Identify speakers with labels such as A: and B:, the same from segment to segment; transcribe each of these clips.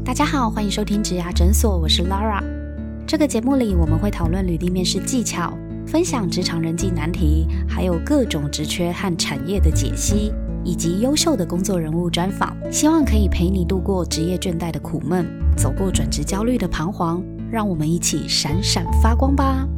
A: 大家好，欢迎收听职涯诊所，我是 Lara。这个节目里我们会讨论履历面试技巧，分享职场人际难题，还有各种职缺和产业的解析，以及优秀的工作人物专访，希望可以陪你度过职业倦怠的苦闷，走过转职焦虑的彷徨，让我们一起闪闪发光吧。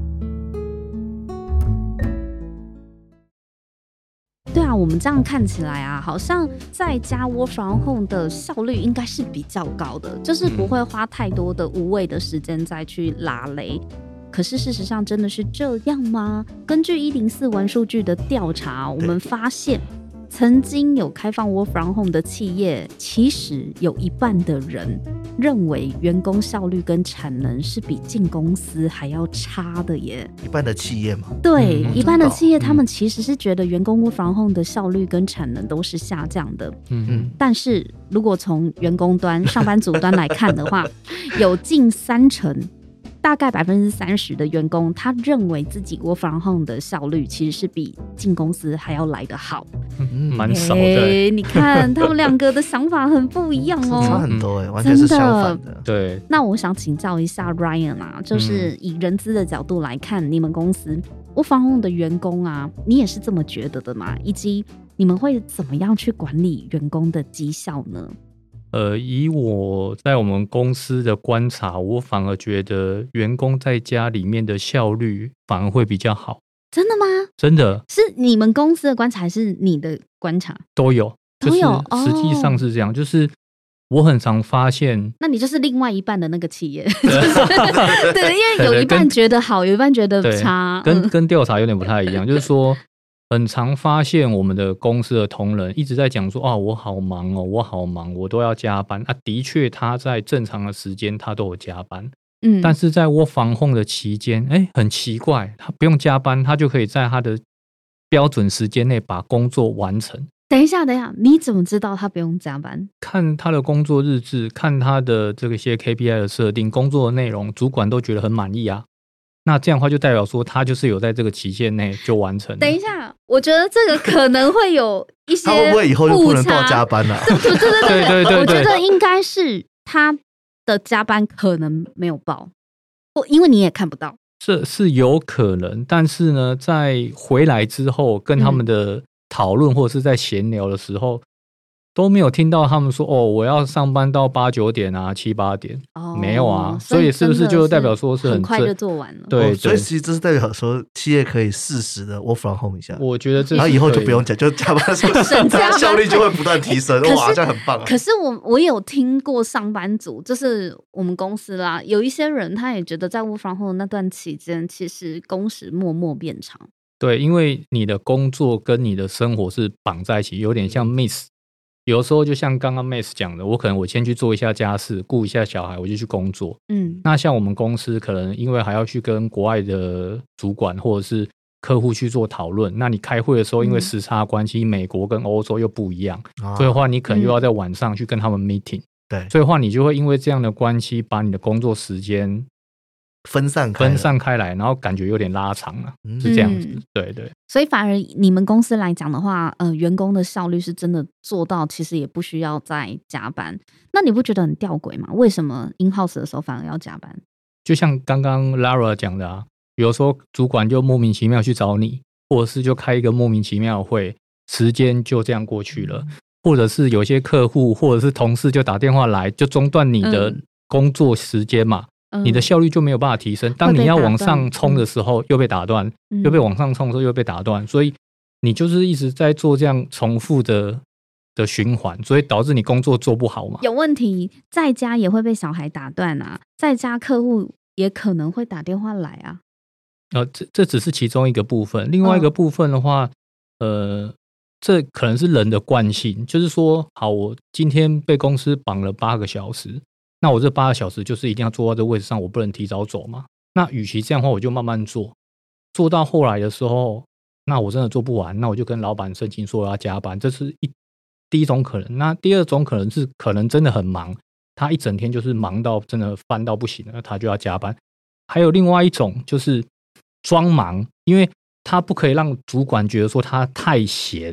A: 对啊，我们这样看起来啊，好像在家 work from home 的效率应该是比较高的，就是不会花太多的无谓的时间再去拉雷。可是事实上真的是这样吗？根据104文数据的调查，我们发现曾经有开放 work from home 的企业，其实有一半的人认为员工效率跟产能是比进公司还要差的耶。
B: 一般的企业嘛，
A: 对，一般的企业他们其实是觉得员工 work from home 的效率跟产能都是下降的。但是如果从员工端、上班族端来看的话，有近30%。大概30%的员工，他认为自己 work from home 的效率其实是比进公司还要来得好，
C: 蛮少的。
A: 你看他们两个的想法很不一样哦，
B: 差很多完全是相反的。
C: 对，
A: 那我想请教一下 Ryan 啊，就是以人资的角度来看，你们公司 work from home 的员工啊，你也是这么觉得的吗？以及你们会怎么样去管理员工的绩效呢？
C: 以我在我们公司的观察，我反而觉得员工在家里面的效率反而会比较好。
A: 真的吗？
C: 真的
A: 是你们公司的观察还是你的观察？
C: 都有，就是实际上是这样，就是我很常发现，
A: 那你就是另外一半的那个企业，对，因为有一半觉得好，有一半觉得差，
C: 跟调查有点不太一样，就是说。很常发现我们的公司的同仁一直在讲说，我好忙哦，我好忙，我都要加班啊。的确，他在正常的时间他都有加班，但是在work from home的期间，很奇怪，他不用加班，他就可以在他的标准时间内把工作完成。
A: 等一下，你怎么知道他不用加班？
C: 看他的工作日志，看他的这些 KPI 的设定，工作的内容，主管都觉得很满意啊。那这样的话就代表说他就是有在这个期限内就完成了。
A: 等一下，我觉得这个可能会有一些
B: 他会不会以后就不能报加班了？
A: 对，我觉得应该是他的加班可能没有报，因为你也看不到。
C: 这是有可能，但是呢，在回来之后跟他们的讨论或者是在闲聊的时候，都没有听到他们说我要上班到8、9点啊7、8点，没有啊，所以是不是就代表说是
A: 很快就做完了？
C: 对，
B: 所以其实这是代表说企业可以适时的 work from home 一下，
C: 我觉得这
B: 然后以后就不用讲，就加班效率就会不断提升，哇，这样很棒啊！
A: 可是我有听过上班族，就是我们公司啦，有一些人他也觉得在 work from home 那段期间，其实工时默默变长。
C: 对，因为你的工作跟你的生活是绑在一起，有点像 miss。有时候就像刚刚 Max 讲的，我先去做一下家事，顾一下小孩，我就去工作。那像我们公司可能因为还要去跟国外的主管或者是客户去做讨论，那你开会的时候因为时差关系，美国跟欧洲又不一样，所以的话你可能又要在晚上去跟他们 meeting。对，所以的话你就会因为这样的关系，把你的工作时间
B: 分散
C: 开来，然后感觉有点拉长了，是这样子。对。
A: 所以反而你们公司来讲的话，员工的效率是真的做到，其实也不需要再加班。那你不觉得很吊诡吗？为什么 in-house 的时候反而要加班？
C: 就像刚刚 Lara 讲的啊，有时候主管就莫名其妙去找你，或者是就开一个莫名其妙的会，时间就这样过去了。或者是有些客户或者是同事就打电话来，就中断你的工作时间嘛。你的效率就没有办法提升，当你要往上冲的时候又被打断，又被往上冲的时候又被打断，所以你就是一直在做这样重复的循环，所以导致你工作做不好嘛。
A: 有问题，在家也会被小孩打断啊，在家客户也可能会打电话来啊。
C: 这只是其中一个部分，另外一个部分的话，这可能是人的惯性，就是说，好，我今天被公司绑了8个小时。那我这8个小时就是一定要坐到这位置上，我不能提早走嘛。那与其这样的话，我就慢慢做到后来的时候，那我真的做不完，那我就跟老板申请说我要加班，这是第一种可能。那第二种可能是可能真的很忙，他一整天就是忙到真的翻到不行了，他就要加班。还有另外一种就是装忙，因为他不可以让主管觉得说他太闲，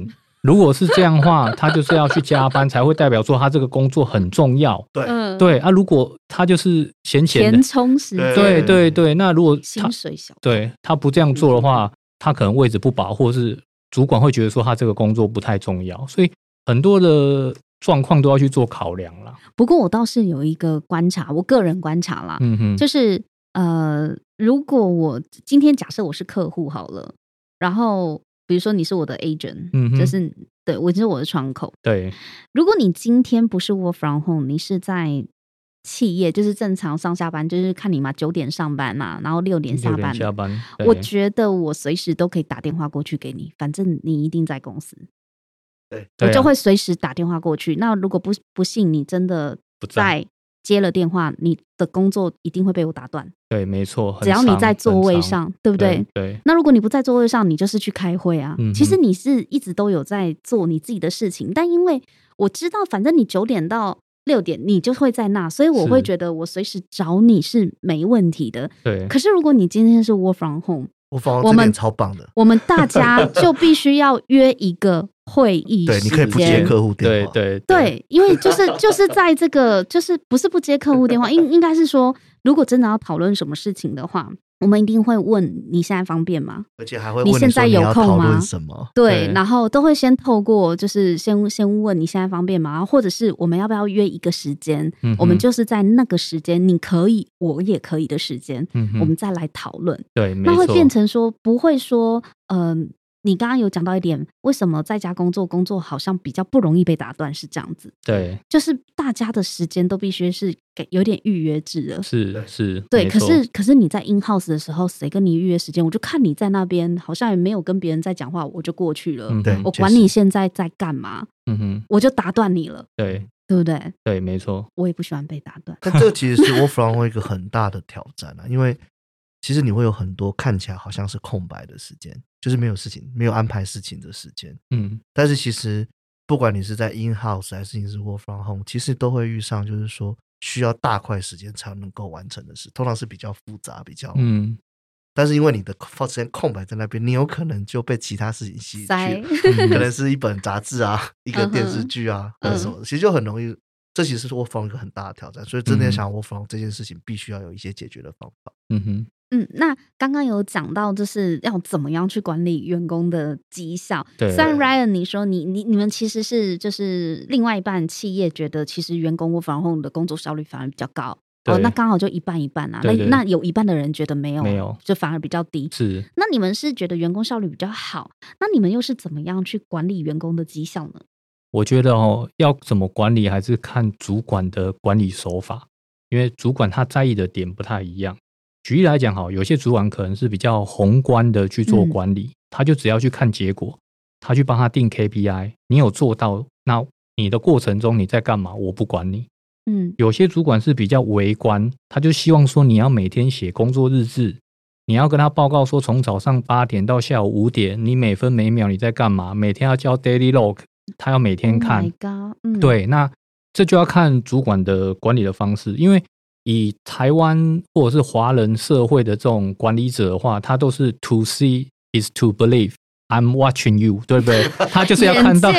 C: 如果是这样的话，他就是要去加班，才会代表说他这个工作很重要。对啊，如果他就是闲闲的
A: 填充时间，
C: 对对对，那如果
A: 薪水小，
C: 对他不这样做的话，他可能位置不保，或是主管会觉得说他这个工作不太重要，所以很多的状况都要去做考量啦。
A: 不过我倒是有一个观察，我个人观察啦，就是如果我今天假设我是客户好了，然后比如说你是我的 agent，就是对我就是我的窗口。对，如果你今天不是 work from home， 你是在企业，就是正常上下班，就是看你嘛，9点上班嘛，然后6点下班。我觉得我随时都可以打电话过去给你，反正你一定在公司。对，我就会随时打电话过去。那如果不幸你真的不在接了电话，你的工作一定会被我打断。对，没错，只要你在座位上，对不对？对。那如果你不在座位上，你就是去开会啊。其实你是一直都有在做你自己的事情，但因为我知道，反正你9点到6点你就会在那，所以我会觉得我随时找你是没问题的。对。可是如果你今天是 work from home，
B: 我们超棒的，
A: 我们大家就必须要约一个会议时间。对，
B: 你可以不接客户电话。
A: 对，因为就是在这个就是不是不接客户电话，应该是说，如果真的要讨论什么事情的话，我们一定会问你现在方便吗？
B: 而且还会问你现在有空吗？什么？
A: 对，然后都会先透过就是先问你现在方便吗？或者是我们要不要约一个时间？我们就是在那个时间你可以我也可以的时间，我们再来讨论。对，那会变成说不会说你刚刚有讲到一点，为什么在家工作好像比较不容易被打断，是这样子。对，就是大家的时间都必须是有点预约制了。是，对。可是你在 in house 的时候，谁跟你预约时间？我就看你在那边，好像也没有跟别人在讲话，我就过去了。我管你现在在干嘛，我就打断你了。对不对？对，没错。我也不喜欢被打断。
B: 但这其实是 work from home 一个很大的挑战啊，因为其实你会有很多看起来好像是空白的时间，就是没有事情，没有安排事情的时间。但是其实不管你是在 in house 还是你是 work from home， 其实都会遇上就是说需要大块时间才能够完成的事，通常是比较复杂比较但是因为你的时间空白在那边，你有可能就被其他事情吸引去可能是一本杂志啊一个电视剧啊或者什么，其实就很容易。这其实是 work from home 一个很大的挑战，所以真的想 work from home 这件事情必须要有一些解决的方法。
A: 那刚刚有讲到就是要怎么样去管理员工的绩效。虽然 Ryan 你说你们其实是就是另外一半企业觉得其实员工 work from home 的工作效率反而比较高。那刚好就一半一半啊。那有一半的人觉得没有，就反而比较低。是。那你们是觉得员工效率比较好，那你们又是怎么样去管理员工的绩效呢？
C: 我觉得要怎么管理还是看主管的管理手法，因为主管他在意的点不太一样。举例来讲，有些主管可能是比较宏观的去做管理，他就只要去看结果，他去帮他定 KPI， 你有做到，那你的过程中你在干嘛，我不管你。有些主管是比较微观，他就希望说你要每天写工作日志，你要跟他报告说从早上8点到下午5点，你每分每秒你在干嘛，每天要交 daily log， 他要每天看。对，那这就要看主管的管理的方式，因为以台湾或者是华人社会的这种管理者的话，他都是 to see is to believe I'm watching you， 对不对？他就是要看到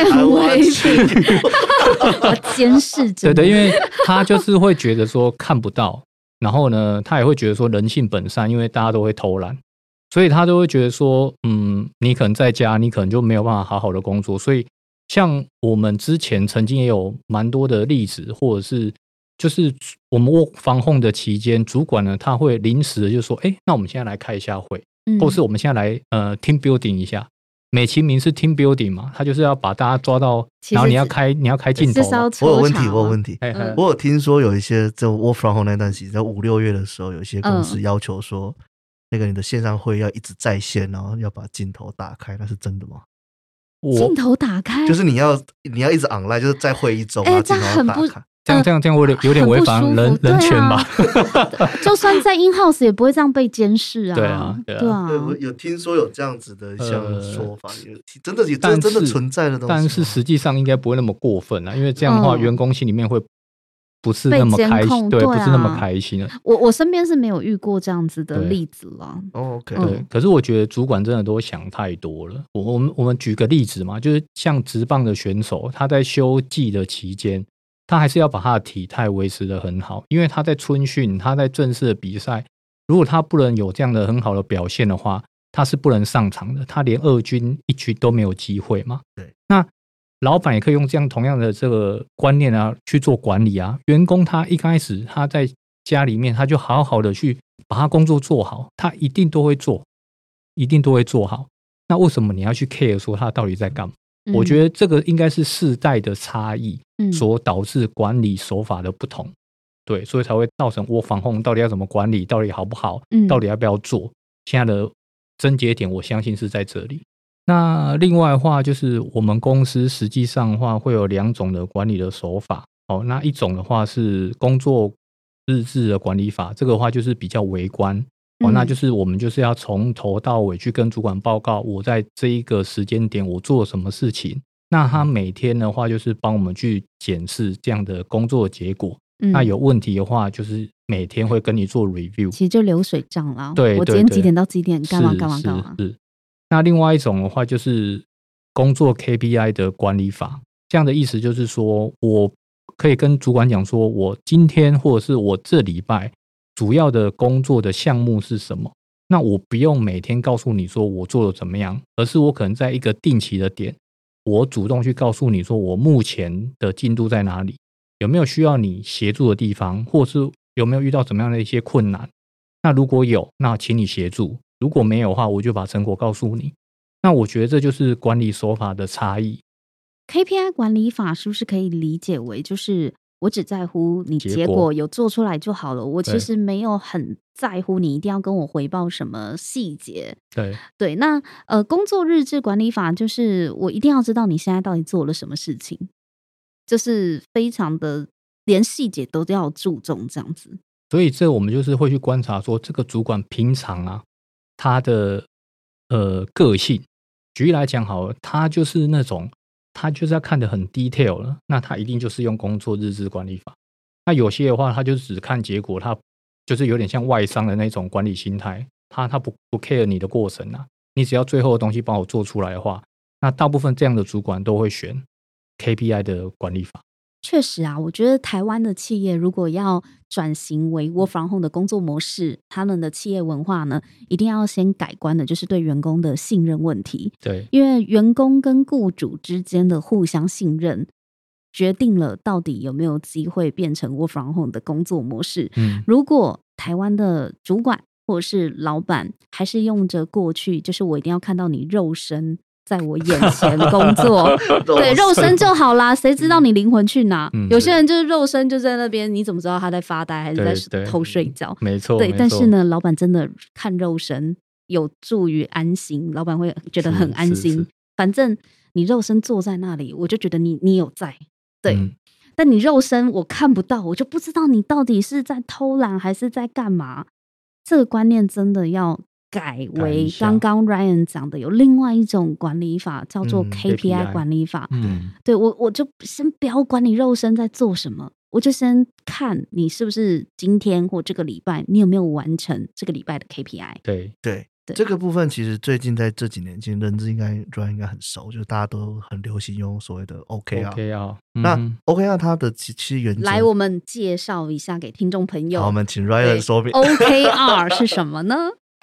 A: 我监视着。
C: 对，因为他就是会觉得说看不到，然后呢他也会觉得说人性本善，因为大家都会偷懒，所以他都会觉得说你可能在家你可能就没有办法好好的工作。所以像我们之前曾经也有蛮多的例子，或者是就是我们 work from home 的期间，主管呢他会临时的就说那我们现在来开一下会，或是我们现在来team building 一下。美其名是 team building 嘛，他就是要把大家抓到，然后你要开镜头嘛。
B: 我有问题，我有听说有一些这 work from home 那段时间，在5、6月的时候，有一些公司要求说，那个你的线上会要一直在线，然后要把镜头打开，那是真的吗？
A: 镜头打开
B: 就是你要一直 online， 就是在会议中把镜头打开。
C: 这样我有点违反人权吧？
A: 就算在 in house 也不会这样被监视啊。
B: 对啊，我有听说有这样子的像说法，真的存在的东西。
C: 但是实际上应该不会那么过分啊，因为这样的话，员工心里面会不是那么开心，对，
A: 对啊，
C: 不是那么开心的。
A: 我身边是没有遇过这样子的例子了。
B: OK，
C: 对，可是我觉得主管真的都想太多了。我们举个例子嘛，就是像职棒的选手，他在休季的期间，他还是要把他的体态维持得很好，因为他在春训，他在正式的比赛，如果他不能有这样的很好的表现的话，他是不能上场的，他连2军1军都没有机会嘛。
B: 对，
C: 那老板也可以用这样同样的这个观念啊去做管理啊。员工他一开始他在家里面，他就好好的去把他工作做好，他一定都会做，一定都会做好。那为什么你要去 care 说他到底在干嘛？我觉得这个应该是世代的差异所导致管理手法的不同。对，所以才会造成work from home到底要怎么管理，到底好不好，到底要不要做，现在的症结点我相信是在这里。那另外的话就是我们公司实际上的话会有2种的管理的手法。那一种的话是工作日志的管理法，这个的话就是比较微观。那就是我们就是要从头到尾去跟主管报告我在这一个时间点我做了什么事情，那他每天的话就是帮我们去检视这样的工作结果。那有问题的话就是每天会跟你做 review，
A: 其实就流水账啦。
C: 对，
A: 我今天几点到几点干嘛干嘛干嘛。
C: 是。那另外一种的话就是工作 KPI 的管理法，这样的意思就是说我可以跟主管讲说我今天或者是我这礼拜主要的工作的项目是什么，那我不用每天告诉你说我做的怎么样，而是我可能在一个定期的点，我主动去告诉你说我目前的进度在哪里，有没有需要你协助的地方，或是有没有遇到怎么样的一些困难。那如果有，那请你协助，如果没有的话我就把成果告诉你。那我觉得这就是管理手法的差异。
A: KPI 管理法是不是可以理解为就是我只在乎你结果有做出来就好了，我其实没有很在乎你一定要跟我回报什么细节。对，那工作日志管理法就是我一定要知道你现在到底做了什么事情，就是非常的连细节都要注重这样子。
C: 所以这我们就是会去观察说这个主管平常啊他的个性。举例来讲好了，他就是那种他就是要看得很 detail 了，那他一定就是用工作日志管理法。那有些的话他就只看结果，他就是有点像外商的那种管理心态，他不 care 你的过程啊，你只要最后的东西帮我做出来的话，那大部分这样的主管都会选 KPI 的管理法。
A: 确实啊，我觉得台湾的企业如果要转型为 work from home 的工作模式，他们的企业文化呢，一定要先改观的就是对员工的信任问题。
C: 对，
A: 因为员工跟雇主之间的互相信任，决定了到底有没有机会变成 work from home 的工作模式。如果台湾的主管或者是老板还是用着过去，就是我一定要看到你肉身在我眼前工作对，肉身就好啦，谁知道你灵魂去哪？有些人就是肉身就在那边，你怎么知道他在发呆还是在偷睡觉？
C: 没错，
A: 对。但是呢，老板真的看肉身有助于安心，老板会觉得很安心。反正你肉身坐在那里，我就觉得你有在，对。但你肉身我看不到，我就不知道你到底是在偷懒还是在干嘛。这个观念真的要改为刚刚 Ryan 讲的有另外一种管理法，叫做 KPI 管理法。对，我就先不要管你肉身在做什么，我就先看你是不是今天或这个礼拜你有没有完成这个礼拜的 KPI。
B: 对，这个部分其实最近在这几年其实认知Ryan 应该很熟，就是大家都很流行用所谓的 OKR。那 OKR 它的其实原则，
A: 来我们介绍一下给听众朋友。
B: 好，我们请 Ryan 说明
A: OKR 是什么呢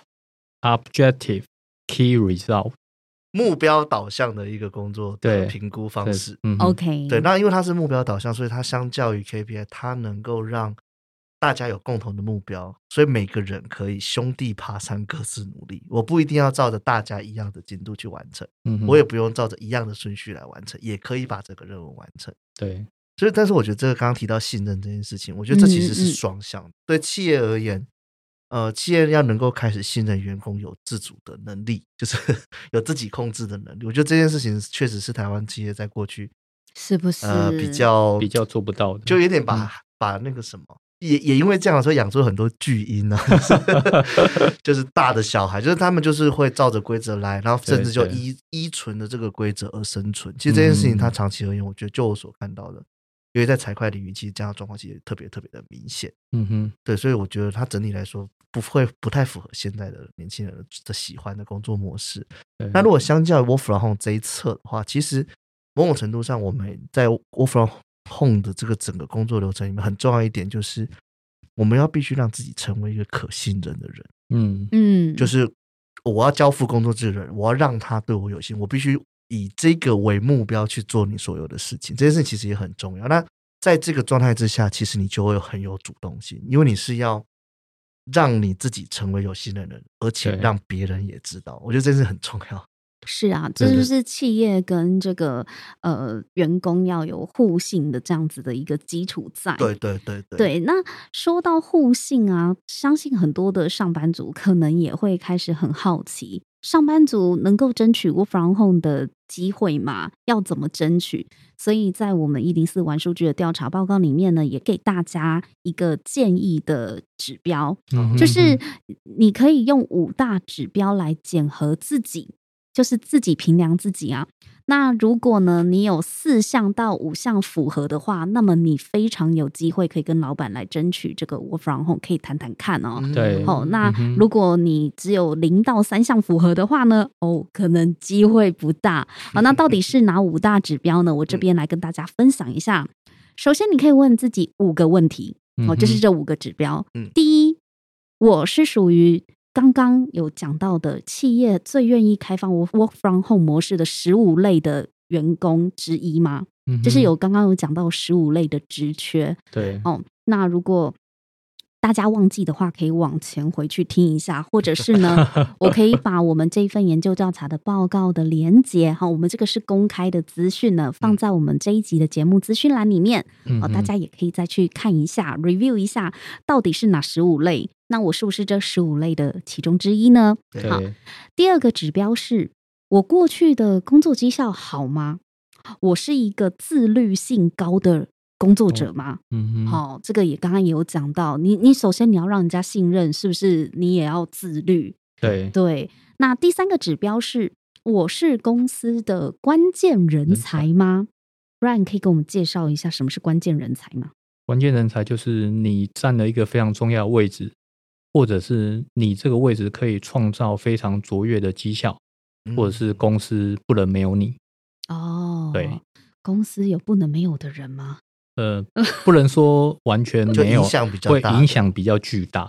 C: ？Objective Key Result，
B: 目标导向的一个工作的评估方式。
A: OK，
B: 对，那因为它是目标导向，所以它相较于 KPI， 它能够让大家有共同的目标，所以每个人可以兄弟爬山各自努力。我不一定要照着大家一样的进度去完成，我也不用照着一样的顺序来完成，也可以把这个任务完成。
C: 对，
B: 所以但是我觉得这个刚刚提到信任这件事情，我觉得这其实是双向的。对企业而言，企业要能够开始信任员工有自主的能力，就是有自己控制的能力。我觉得这件事情确实是台湾企业在过去
A: 是不是
B: 比较
C: 做不到的，
B: 就有点把那个什么也因为这样，所以养出很多巨婴啊，就是大的小孩，就是他们就是会照着规则来，然后甚至就依存的这个规则而生存。其实这件事情它长期而言，我觉得就我所看到的， 因为在财会领域，其实这样的状况其实特别特别的明显。对，所以我觉得它整体来说不太符合现在的年轻人的喜欢的工作模式。那如果相较于 Work from Home 这一侧的话，其实某种程度上，我们在 Work from Home 的这个整个工作流程里面，很重要一点就是我们必须让自己成为一个可信任的人。就是我要交付工作这个人，我要让他对我有信，我必须以这个为目标去做你所有的事情，这件事情其实也很重要。那在这个状态之下，其实你就会很有主动性，因为你是要让你自己成为有信任的人，而且让别人也知道，我觉得这是很重要。
A: 是啊，这就是企业跟这个员工要有互信的这样子的一个基础在。对，那说到互信啊，相信很多的上班族可能也会开始很好奇，上班族能够争取 Work from Home 的机会吗？要怎么争取？所以在我们104玩数据的调查报告里面呢，也给大家一个建议的指标，就是你可以用5大指标来检核自己，就是自己评量自己啊。那如果呢，你有4项到5项符合的话，那么你非常有机会可以跟老板来争取这个 Work from Home， 可以谈谈看哦。
C: 对，
A: 那如果你只有0到3项符合的话呢，可能机会不大。那到底是哪5大指标呢？我这边来跟大家分享一下。首先，你可以问自己5个问题，就是这5个指标。第一，我是属于刚刚有讲到的企业最愿意开放 Work from Home 模式的15类的员工之一吗？就是刚刚有讲到15类的职缺。
C: 对，
A: 那如果大家忘记的话，可以往前回去听一下，或者是呢，我可以把我们这一份研究调查的报告的连结，我们这个是公开的资讯呢，放在我们这一集的节目资讯栏里面，大家也可以再去看一下 review 一下到底是哪15类，那我是不是这15类的其中之一呢？好，第2个指标是我过去的工作绩效好吗？我是一个自律性高的工作者吗？好，这个也刚刚也有讲到，你首先你要让人家信任，是不是你也要自律？对。那第3个指标是我是公司的关键人才吗？Ryan 可以给我们介绍一下什么是关键人才吗？
C: 关键人才就是你占了一个非常重要的位置，或者是你这个位置可以创造非常卓越的绩效，或者是公司不能没有你。对，
A: 公司有不能没有的人吗？
C: 不能说完全没有，
B: 影响比较大，
C: 会影响比较巨大。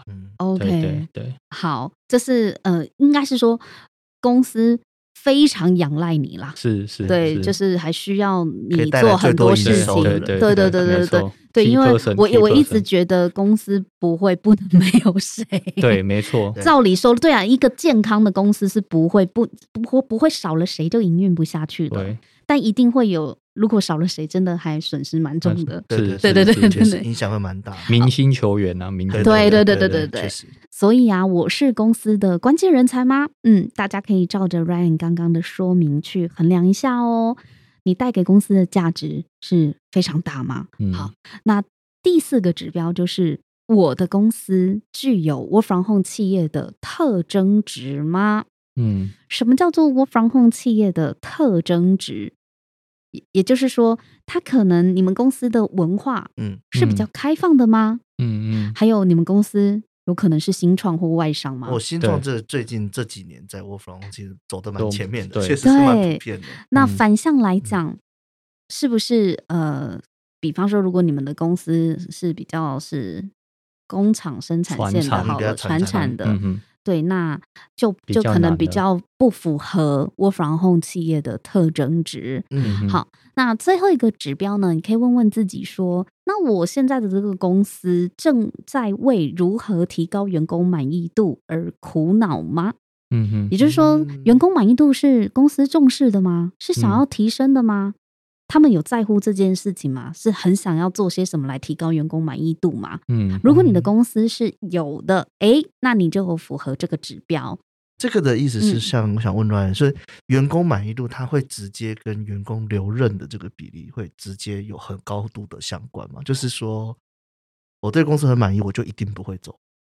A: OK，
C: 对，
A: 好，这是应该是说公司非常仰赖你啦，
C: 是，
A: 对，就是还需要你做很多事情，对，因为我一直觉得公司不能没有谁，
C: 对，没错，
A: 照理说，对啊，一个健康的公司是不会少了谁就营运不下去的，
C: 对，
A: 但一定会有。如果少了谁，真的还损失蛮重的。
B: 对，影响会蛮大。
C: 明星球员啊，
A: 对，所以啊，我是公司的关键人才吗？大家可以照着 Ryan 刚刚的说明去衡量一下哦。你带给公司的价值是非常大吗？好，那第4个指标就是我的公司具有 Work from Home 企业的特征值吗？什么叫做 Work from Home 企业的特征值？也就是说，它可能你们公司的文化是比较开放的吗？还有你们公司有可能是新创或外商吗？
B: 新创最近这几年在 Work from Home 其实走得蛮前面的，确实是蛮普遍的。
A: 那反向来讲，是不是比方说，如果你们的公司是比较是工厂生产线的，好了，传产的。对，那就可能比较不符合 Work from Home 企业的特征值。好，那最后一个指标呢，你可以问问自己说，那我现在的这个公司正在为如何提高员工满意度而苦恼吗？也就是说，员工满意度是公司重视的吗？是想要提升的吗？他们有在乎这件事情吗？是很想要做些什么来提高员工满意度吗？如果你的公司是有的，那你就有符合这个指标。
B: 这个的意思是，像我想问 Ryan，所以员工满意度它会直接跟员工留任的这个比例会直接有很高度的相关吗？就是说，我对公司很满意，我就一定不会走。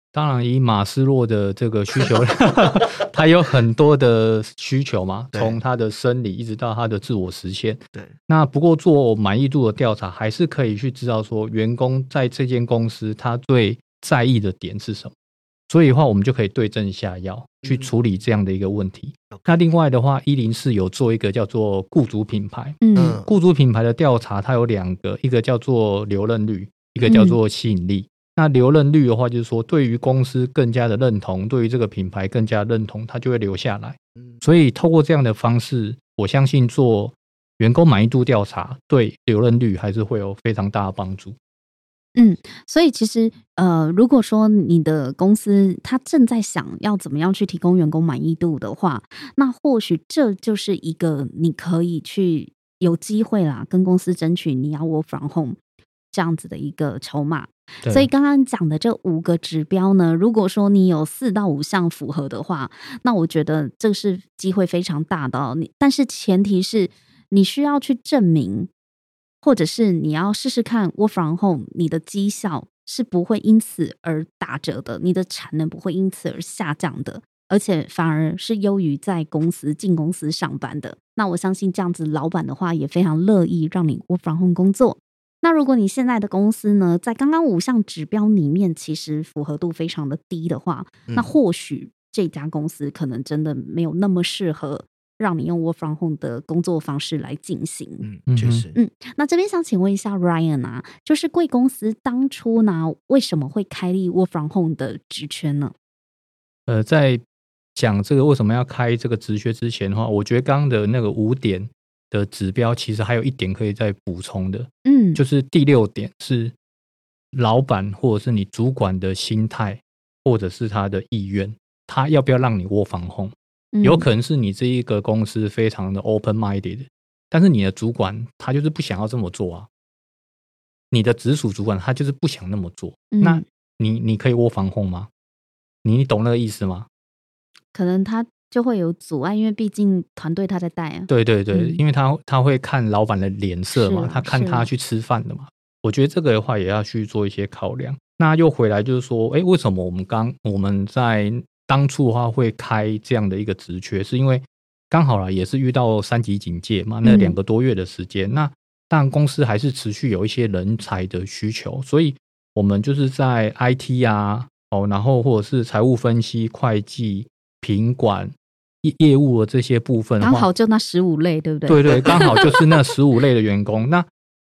C: 当然，以马斯洛的这个需求，他有很多的需求嘛，从他的生理一直到他的自我实现。
B: 对。
C: 那不过做满意度的调查，还是可以去知道说，员工在这间公司他最在意的点是什么。所以的话，我们就可以对症下药去处理这样的一个问题。那另外的话，104有做一个叫做雇主品牌。雇主品牌的调查，它有2个，一个叫做留任率，一个叫做吸引力。那留任率的话，就是说对于公司更加的认同，对于这个品牌更加认同，它就会留下来。所以透过这样的方式，我相信做员工满意度调查，对留任率还是会有非常大的帮助。
A: 所以其实如果说你的公司它正在想要怎么样去提供员工满意度的话，那或许这就是一个你可以去有机会啦，跟公司争取你要 work from home 这样子的一个筹码。所以刚刚讲的这5个指标呢，如果说你有4到5项符合的话，那我觉得这是机会非常大的但是前提是你需要去证明，或者是你要试试看 work from home 你的绩效是不会因此而打折的，你的产能不会因此而下降的，而且反而是优于在进公司上班的。那我相信这样子老板的话也非常乐意让你 work from home 工作。那如果你现在的公司呢，在刚刚5项指标里面其实符合度非常的低的话，那或许这家公司可能真的没有那么适合让你用 work from home 的工作方式来进行。
B: 确实。
A: 那这边想请问一下 Ryan 啊，就是贵公司当初呢为什么会开立 work from home 的职缺呢？
C: 在讲这个为什么要开这个职缺之前的话，我觉得刚刚的那个5点的指标其实还有1点可以再补充的。就是第6点是老板或者是你主管的心态或者是他的意愿，他要不要让你work from home。有可能是你这一个公司非常的 open minded， 但是你的主管他就是不想要这么做啊，你的直属主管他就是不想那么做。那你可以work from home吗？你懂那个意思吗？
A: 可能他就会有阻碍，因为毕竟团队他在带啊。
C: 对，因为他会看老板的脸色嘛，他看他去吃饭的嘛。我觉得这个的话也要去做一些考量。那又回来就是说，为什么我们在当初的话会开这样的一个职缺，是因为刚好啦，也是遇到3级警戒嘛，那2个多月的时间。那当然公司还是持续有一些人才的需求，所以我们就是在 IT 啊，然后或者是财务分析、会计、品管、业务的这些部分的话，
A: 刚好就那15类，对不对？
C: 对，刚好就是那15类的员工。那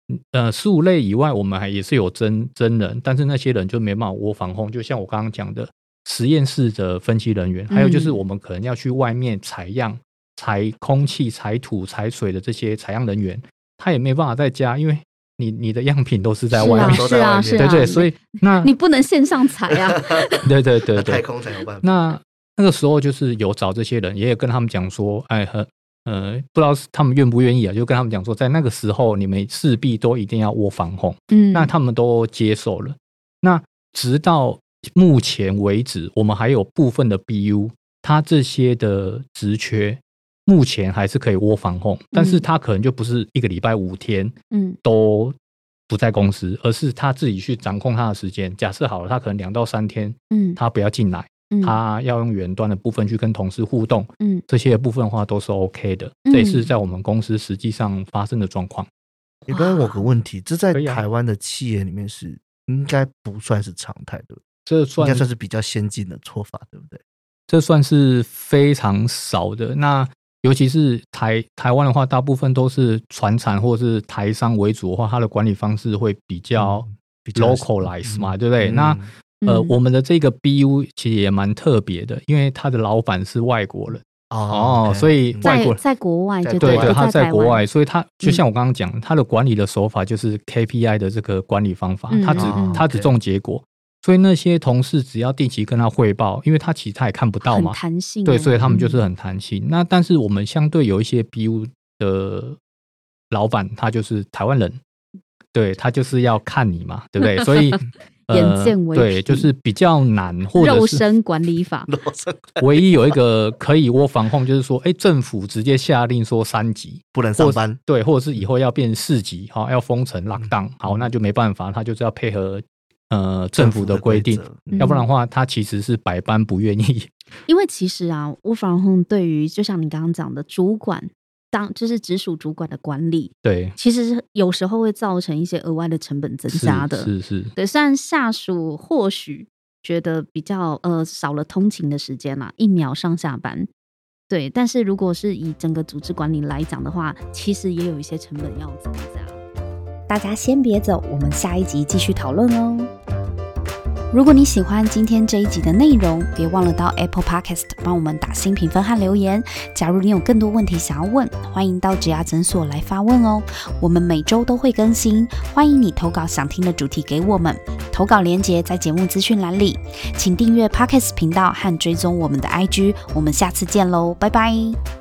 C: 15类以外，我们还也是有真人，但是那些人就没办法work from home。就像我刚刚讲的，实验室的分析人员，还有就是我们可能要去外面采样、采空气、采土、采水的这些采样人员，他也没办法在家，因为你的样品都是在外面。
A: 是啊，
C: 对，所以那
A: 你不能线上采啊。
C: 对，
B: 太空才有办法。
C: 那个时候就是有找这些人，也有跟他们讲说，不知道他们愿不愿意啊，就跟他们讲说，在那个时候你们势必都一定要work from home。那他们都接受了。那直到目前为止，我们还有部分的 BU， 他这些的职缺目前还是可以work from home，但是他可能就不是1个礼拜5天都不在公司，而是他自己去掌控他的时间。假设好了，他可能2到3天他不要进来，他要用远端的部分去跟同事互动，这些部分的话都是 OK 的。这也是在我们公司实际上发生的状况。
B: 你刚才我有个问题，这在台湾的企业里面是应该不算是常态的，这应该算是比较先进的做法，对不对？
C: 这算是非常少的。那尤其是台湾的话，大部分都是传产或是台商为主的话，它的管理方式会比较 localize 嘛，对不对？那我们的这个 BU 其实也蛮特别的，因为他的老板是外国人所以外国
A: 在国外就
C: 对，他在国外，所以他就像我刚刚讲，他的管理的手法就是 KPI 的这个管理方法，他只重结果，所以那些同事只要定期跟他汇报，因为他其实他也看不到嘛，
A: 很弹性，
C: 对，所以他们就是很弹性。那但是我们相对有一些 BU 的老板，他就是台湾人，对，他就是要看你嘛，对不对？所以
A: 眼见为凭，
C: 对，就是比较难，或者是
A: 肉身管理法。
C: 唯一有一个可以work from home，就是说，政府直接下令说3级
B: 不能上班，
C: 对，或者是以后要变4级，要封城 lockdown，好，那就没办法，他就是要配合政府的规定，要不然的话他其实是百般不愿意。
A: 因为其实啊，work from home对于就像你刚刚讲的主管就是直属主管的管理，
C: 对，
A: 其实有时候会造成一些额外的成本增加的。
C: 是，
A: 对，虽然下属或许觉得比较少了通勤的时间啦，1秒上下班，对，但是如果是以整个组织管理来讲的话，其实也有一些成本要增加。大家先别走，我们下一集继续讨论哦。如果你喜欢今天这一集的内容，别忘了到 Apple Podcast 帮我们打新评分和留言。假如你有更多问题想要问，欢迎到职涯诊所来发问哦。我们每周都会更新，欢迎你投稿想听的主题给我们。投稿连结在节目资讯栏里。请订阅 Podcast 频道和追踪我们的 IG。我们下次见喽，拜拜。